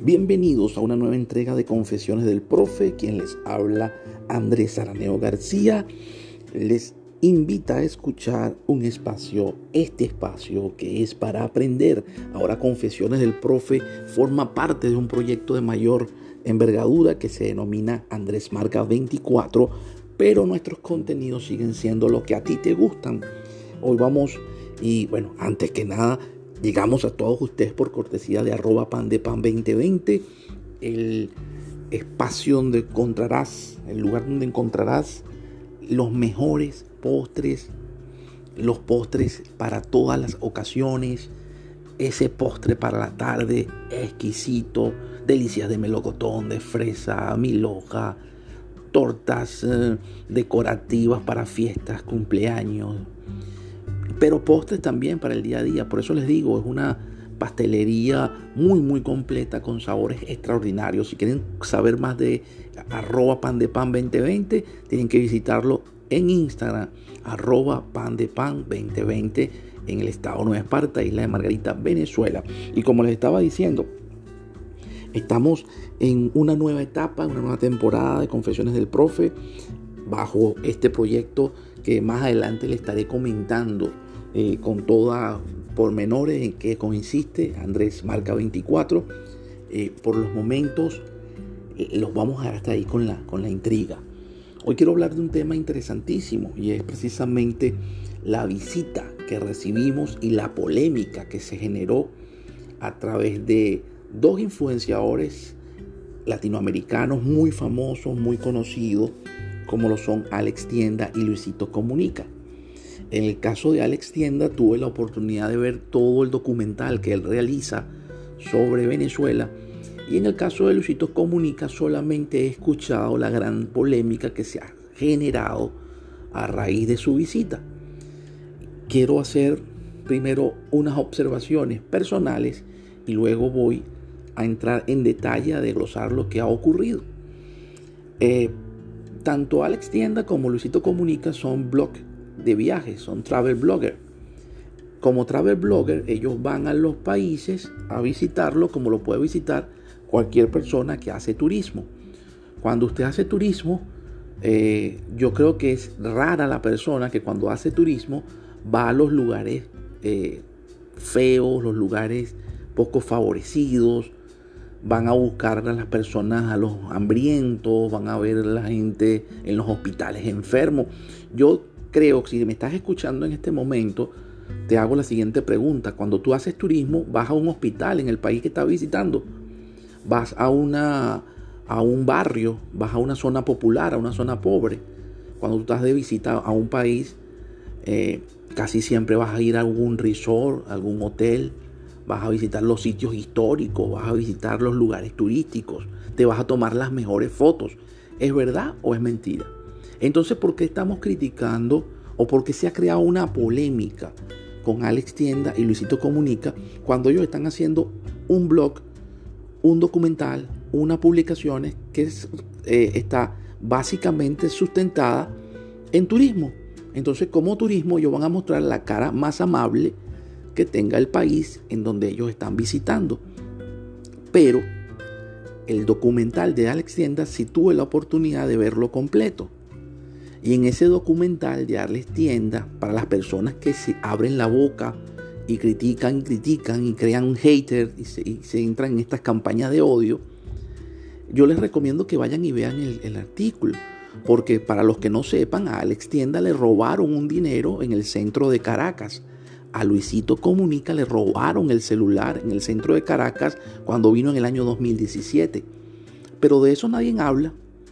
Bienvenidos a una nueva entrega de Confesiones del Profe. Quien les habla, Andrés Araneo García, les invita a escuchar este espacio que es para aprender. Ahora Confesiones del Profe forma parte de un proyecto de mayor envergadura que se denomina Andrés Marca 24, pero nuestros contenidos siguen siendo lo que a ti te gustan. Hoy vamos, antes que nada, llegamos a todos ustedes por cortesía de @pandepan2020, el espacio donde encontrarás, el lugar donde encontrarás los mejores postres, los postres para todas las ocasiones, ese postre para la tarde exquisito, delicias de melocotón, de fresa, mil hoja, tortas decorativas para fiestas, cumpleaños, pero postres también para el día a día. Por eso les digo, es una pastelería muy completa con sabores extraordinarios. Si quieren saber más de @pandepan2020, tienen que visitarlo en Instagram, @pandepan2020, en el estado de Nueva Esparta, Isla de Margarita, Venezuela. Y como les estaba diciendo, estamos en una nueva etapa, una nueva temporada de Confesiones del Profe, bajo este proyecto que más adelante les estaré comentando con toda pormenores en que consiste Andrés Marca 24. Por los momentos los vamos a dejar hasta ahí con la intriga. Hoy quiero hablar de un tema interesantísimo y es precisamente la visita que recibimos y la polémica que se generó a través de dos influenciadores latinoamericanos muy famosos, muy conocidos, como lo son Alex Tienda y Luisito Comunica. En el caso de Alex Tienda, tuve la oportunidad de ver todo el documental que él realiza sobre Venezuela, y en el caso de Luisito Comunica solamente he escuchado la gran polémica que se ha generado a raíz de su visita. Quiero hacer primero unas observaciones personales y luego voy a entrar en detalle a desglosar lo que ha ocurrido. Tanto Alex Tienda como Luisito Comunica son blog de viajes, son travel blogger. Como travel blogger, ellos van a los países a visitarlo como lo puede visitar cualquier persona que hace turismo. Cuando usted hace turismo, yo creo que es rara la persona que cuando hace turismo va a los lugares feos, los lugares poco favorecidos. Van a buscar a las personas, a los hambrientos, van a ver a la gente en los hospitales enfermos. Yo creo que si me estás escuchando en este momento, te hago la siguiente pregunta. Cuando tú haces turismo, vas a un hospital en el país que estás visitando, vas a un barrio, vas a una zona popular, a una zona pobre. Cuando tú estás de visita a un país, casi siempre vas a ir a algún resort, algún hotel. Vas a visitar los sitios históricos, vas a visitar los lugares turísticos, te vas a tomar las mejores fotos. ¿Es verdad o es mentira? Entonces, ¿por qué estamos criticando o por qué se ha creado una polémica con Alex Tienda y Luisito Comunica cuando ellos están haciendo un blog, un documental, unas publicaciones que está básicamente sustentada en turismo? Entonces, como turismo, ellos van a mostrar la cara más amable que tenga el país en donde ellos están visitando. Pero el documental de Alex Tienda sí tuve la oportunidad de verlo completo. Y en ese documental de Alex Tienda, para las personas que se abren la boca y critican y crean un hater y se entran en estas campañas de odio, yo les recomiendo que vayan y vean el artículo. Porque para los que no sepan, a Alex Tienda le robaron un dinero en el centro de Caracas. A Luisito Comunica le robaron el celular en el centro de Caracas cuando vino en el año 2017. Pero de eso nadie habla.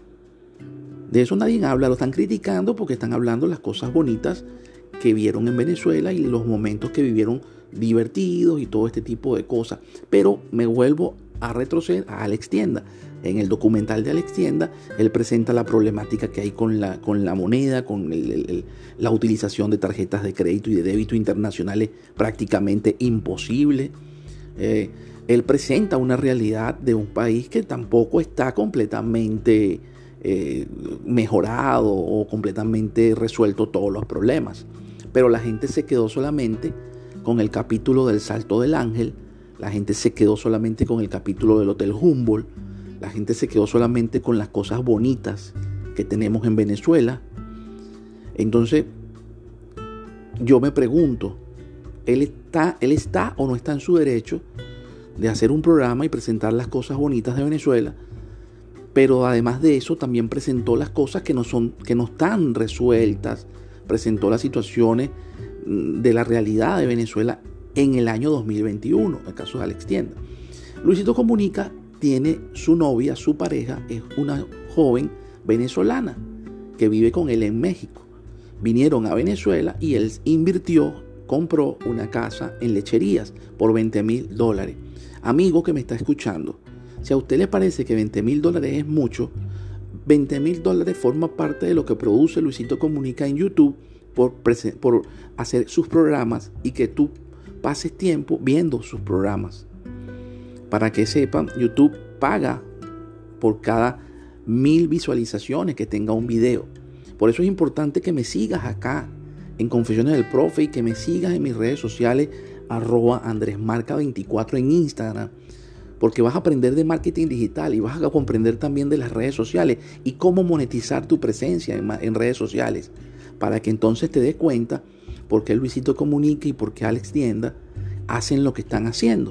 Lo están criticando porque están hablando las cosas bonitas que vieron en Venezuela y los momentos que vivieron divertidos y todo este tipo de cosas. Pero me vuelvo a retroceder a Alex Tienda. En el documental de Alex Tienda, él presenta la problemática que hay con la moneda, con la utilización de tarjetas de crédito y de débito internacionales prácticamente imposible. Él presenta una realidad de un país que tampoco está completamente mejorado o completamente resuelto todos los problemas. Pero la gente se quedó solamente con el capítulo del Salto del Ángel, La gente se quedó solamente con el capítulo del Hotel Humboldt. La gente se quedó solamente con las cosas bonitas que tenemos en Venezuela. Entonces, yo me pregunto, ¿él está o no está en su derecho de hacer un programa y presentar las cosas bonitas de Venezuela? Pero además de eso, también presentó las cosas que no están resueltas. Presentó las situaciones de la realidad de Venezuela en el año 2021, el caso de Alex Tienda. Luisito Comunica tiene su novia, su pareja, es una joven venezolana que vive con él en México. Vinieron a Venezuela y él compró una casa en Lecherías por $20,000. Amigo que me está escuchando, si a usted le parece que $20,000 es mucho, $20,000 forma parte de lo que produce Luisito Comunica en YouTube por hacer sus programas y que tú pases tiempo viendo sus programas. Para que sepan, YouTube paga por cada 1,000 visualizaciones que tenga un video. Por eso es importante que me sigas acá en Confesiones del Profe y que me sigas en mis redes sociales @andresmarca24 en Instagram, porque vas a aprender de marketing digital y vas a comprender también de las redes sociales y cómo monetizar tu presencia en redes sociales, para que entonces te des cuenta por qué Luisito Comunica y por qué Alex Tienda hacen lo que están haciendo.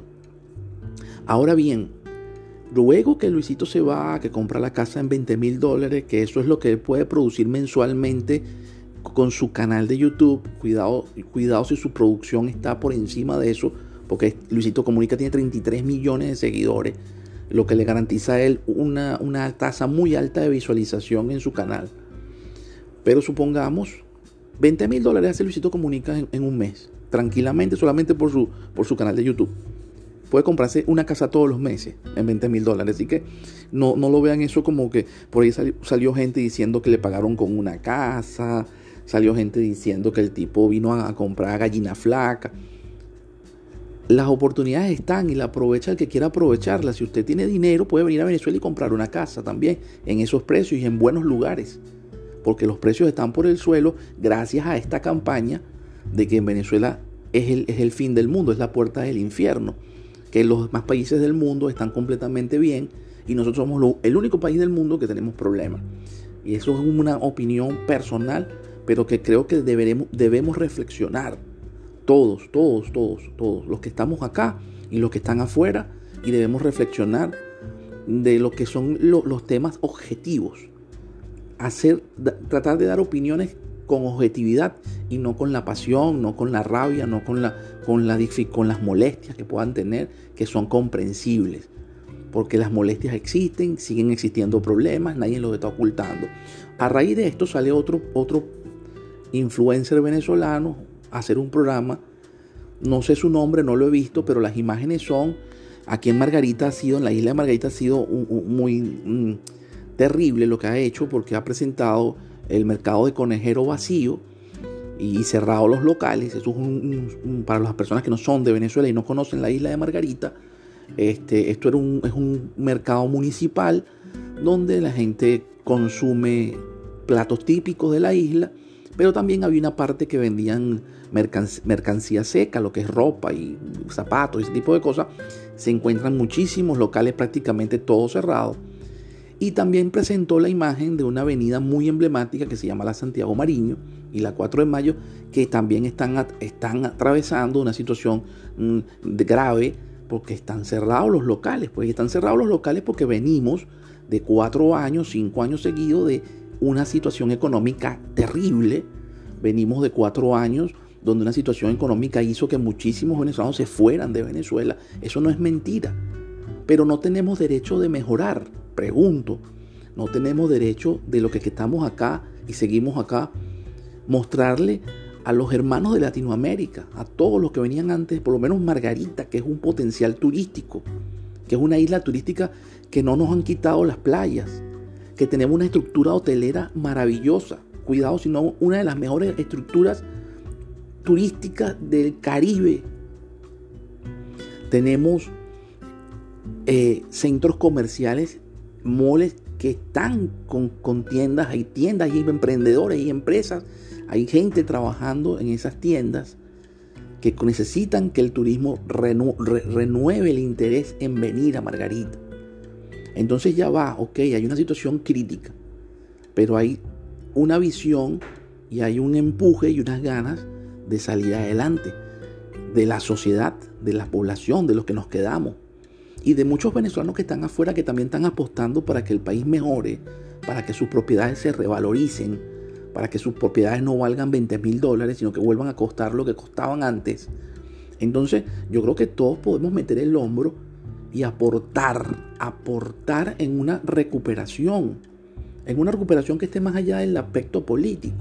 Ahora bien, luego que Luisito se va, que compra la casa en $20,000, que eso es lo que él puede producir mensualmente con su canal de YouTube, cuidado si su producción está por encima de eso, porque Luisito Comunica tiene 33 millones de seguidores, lo que le garantiza a él una tasa muy alta de visualización en su canal. Pero supongamos, $20,000 hace Luisito Comunica en un mes, tranquilamente, solamente por su canal de YouTube. Puede comprarse una casa todos los meses en $20,000. Así que no lo vean eso como que por ahí salió gente diciendo que le pagaron con una casa. Salió gente diciendo que el tipo vino a comprar gallina flaca. Las oportunidades están y la aprovecha el que quiera aprovecharlas. Si usted tiene dinero, puede venir a Venezuela y comprar una casa también en esos precios y en buenos lugares. Porque los precios están por el suelo gracias a esta campaña de que en Venezuela es el fin del mundo, es la puerta del infierno. Que los demás países del mundo están completamente bien y nosotros somos el único país del mundo que tenemos problemas. Y eso es una opinión personal, pero que creo que debemos reflexionar todos, los que estamos acá y los que están afuera, y debemos reflexionar de lo que son los temas objetivos. Tratar de dar opiniones con objetividad y no con la pasión, no con la rabia, no con las molestias que puedan tener, que son comprensibles, porque las molestias existen, siguen existiendo problemas, nadie los está ocultando. A raíz de esto sale otro influencer venezolano a hacer un programa, no sé su nombre, no lo he visto, pero las imágenes son, aquí en la isla de Margarita ha sido muy terrible lo que ha hecho, porque ha presentado el mercado de Conejero vacío y cerrado los locales. Eso es para las personas que no son de Venezuela y no conocen la isla de Margarita. Esto es un mercado municipal donde la gente consume platos típicos de la isla, pero también había una parte que vendían mercancía seca, lo que es ropa y zapatos, ese tipo de cosas. Se encuentran muchísimos locales, prácticamente todos cerrados. Y también presentó la imagen de una avenida muy emblemática que se llama la Santiago Mariño y la 4 de Mayo, que también están atravesando una situación grave, porque están cerrados los locales. Pues están cerrados los locales porque venimos de 5 años seguidos de una situación económica terrible. Venimos de 4 años donde una situación económica hizo que muchísimos venezolanos se fueran de Venezuela. Eso no es mentira. Pero no tenemos derecho de mejorar. Pregunto, no tenemos derecho de lo que estamos acá y seguimos acá, mostrarle a los hermanos de Latinoamérica, a todos los que venían antes, por lo menos Margarita, que es un potencial turístico, que es una isla turística que no nos han quitado las playas, que tenemos una estructura hotelera maravillosa, cuidado, sino una de las mejores estructuras turísticas del Caribe. Tenemos centros comerciales, moles que están con tiendas, hay emprendedores, hay empresas, hay gente trabajando en esas tiendas que necesitan que el turismo renueve el interés en venir a Margarita. Entonces ya va, ok, hay una situación crítica, pero hay una visión y hay un empuje y unas ganas de salir adelante de la sociedad, de la población, de los que nos quedamos y de muchos venezolanos que están afuera, que también están apostando para que el país mejore, para que sus propiedades se revaloricen, para que sus propiedades no valgan $20,000, sino que vuelvan a costar lo que costaban antes. Entonces yo creo que todos podemos meter el hombro y aportar en una recuperación que esté más allá del aspecto político.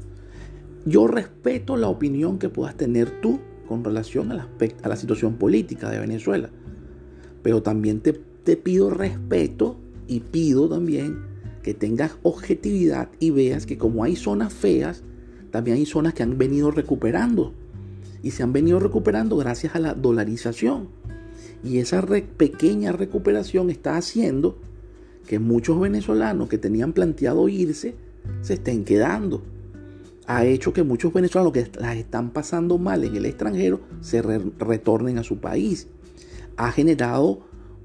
Yo respeto la opinión que puedas tener tú con relación a la situación política de Venezuela, pero también te pido respeto y pido también que tengas objetividad y veas que como hay zonas feas, también hay zonas que han venido recuperando y se han venido recuperando gracias a la dolarización. Y esa pequeña recuperación está haciendo que muchos venezolanos que tenían planteado irse se estén quedando. Ha hecho que muchos venezolanos que las están pasando mal en el extranjero se retornen a su país. Ha generado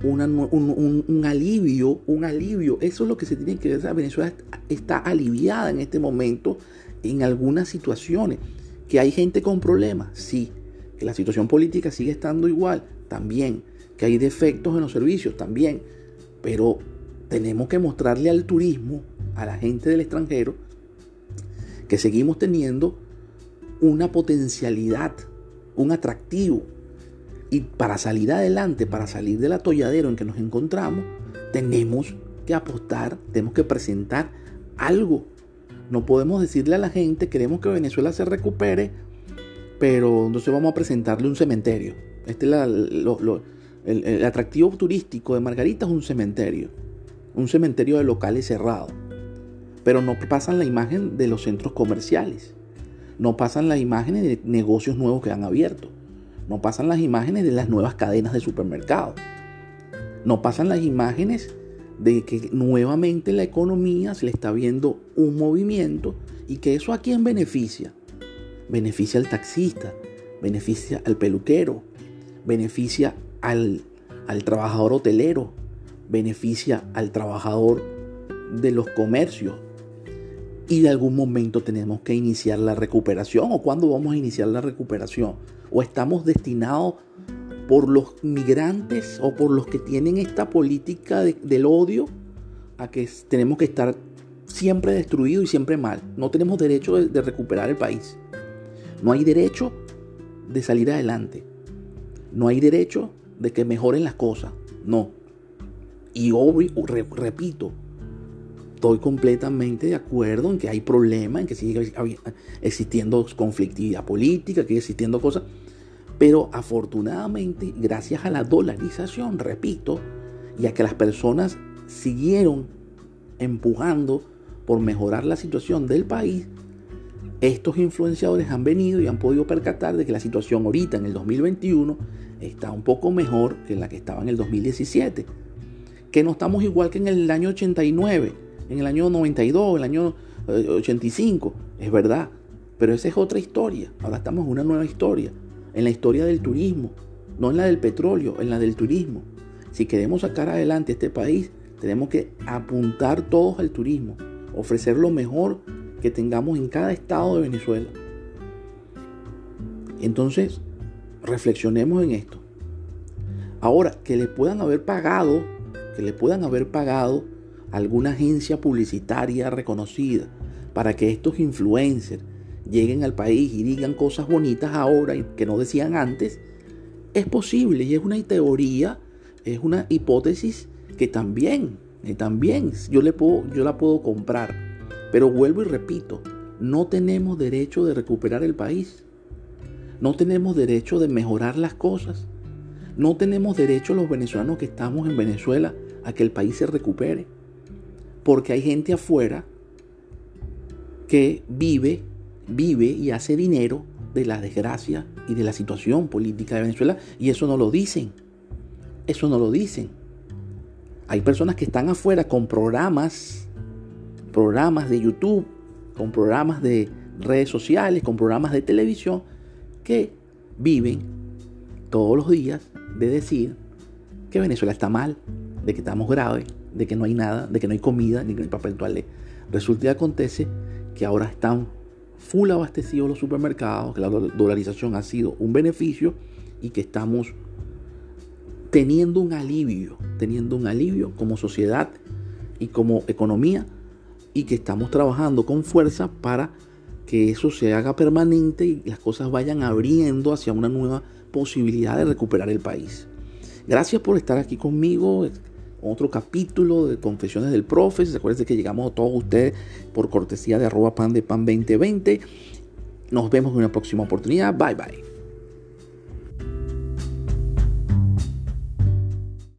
un alivio. Eso es lo que se tiene que ver. Venezuela está aliviada en este momento en algunas situaciones. Que hay gente con problemas, sí. Que la situación política sigue estando igual, también. Que hay defectos en los servicios, también. Pero tenemos que mostrarle al turismo, a la gente del extranjero, que seguimos teniendo una potencialidad, un atractivo. Y para salir adelante, para salir del atolladero en que nos encontramos, tenemos que apostar, tenemos que presentar algo. No podemos decirle a la gente, queremos que Venezuela se recupere, pero entonces vamos a presentarle un cementerio. El atractivo turístico de Margarita es un cementerio de locales cerrados. Pero no pasan la imagen de los centros comerciales, no pasan las imágenes de negocios nuevos que han abierto, no pasan las imágenes de las nuevas cadenas de supermercados, no pasan las imágenes de que nuevamente la economía se le está viendo un movimiento y que eso a quién beneficia. Beneficia al taxista, beneficia al peluquero, beneficia al trabajador hotelero, beneficia al trabajador de los comercios. Y de algún momento tenemos que iniciar la recuperación. ¿O cuándo vamos a iniciar la recuperación? ¿O estamos destinados por los migrantes o por los que tienen esta política del odio a que tenemos que estar siempre destruidos y siempre mal? No tenemos derecho de recuperar el país. No hay derecho de salir adelante. No hay derecho de que mejoren las cosas. No. Y repito, estoy completamente de acuerdo en que hay problemas, en que sigue existiendo conflictividad política, que sigue existiendo cosas. Pero afortunadamente, gracias a la dolarización, repito, y a que las personas siguieron empujando por mejorar la situación del país, estos influenciadores han venido y han podido percatar de que la situación ahorita en el 2021 está un poco mejor que en la que estaba en el 2017. Que no estamos igual que en el año 89, en el año 92, en el año 85. Es verdad, pero esa es otra historia. Ahora estamos en una nueva historia. En la historia del turismo, no en la del petróleo, en la del turismo. Si queremos sacar adelante este país, tenemos que apuntar todos al turismo, ofrecer lo mejor que tengamos en cada estado de Venezuela. Entonces, reflexionemos en esto. Ahora, que le puedan haber pagado a alguna agencia publicitaria reconocida para que estos influencers lleguen al país y digan cosas bonitas ahora y que no decían antes, es posible y es una teoría, es una hipótesis que también yo la puedo comprar. Pero vuelvo y repito, no tenemos derecho de recuperar el país. No tenemos derecho de mejorar las cosas. No tenemos derecho los venezolanos que estamos en Venezuela a que el país se recupere. Porque hay gente afuera que vive y hace dinero de la desgracia y de la situación política de Venezuela, y eso no lo dicen. Hay personas que están afuera con programas de YouTube, con programas de redes sociales, con programas de televisión, que viven todos los días de decir que Venezuela está mal, de que estamos graves, de que no hay nada, de que no hay comida, ni que no hay papel toalé. Resulta y acontece que ahora están full abastecidos los supermercados, que la dolarización ha sido un beneficio y que estamos teniendo un alivio como sociedad y como economía, y que estamos trabajando con fuerza para que eso se haga permanente y las cosas vayan abriendo hacia una nueva posibilidad de recuperar el país. Gracias por estar aquí conmigo. Otro capítulo de Confesiones del Profe. Acuérdense que llegamos a todos ustedes por cortesía de @pandepan2020. Nos vemos en una próxima oportunidad. Bye bye.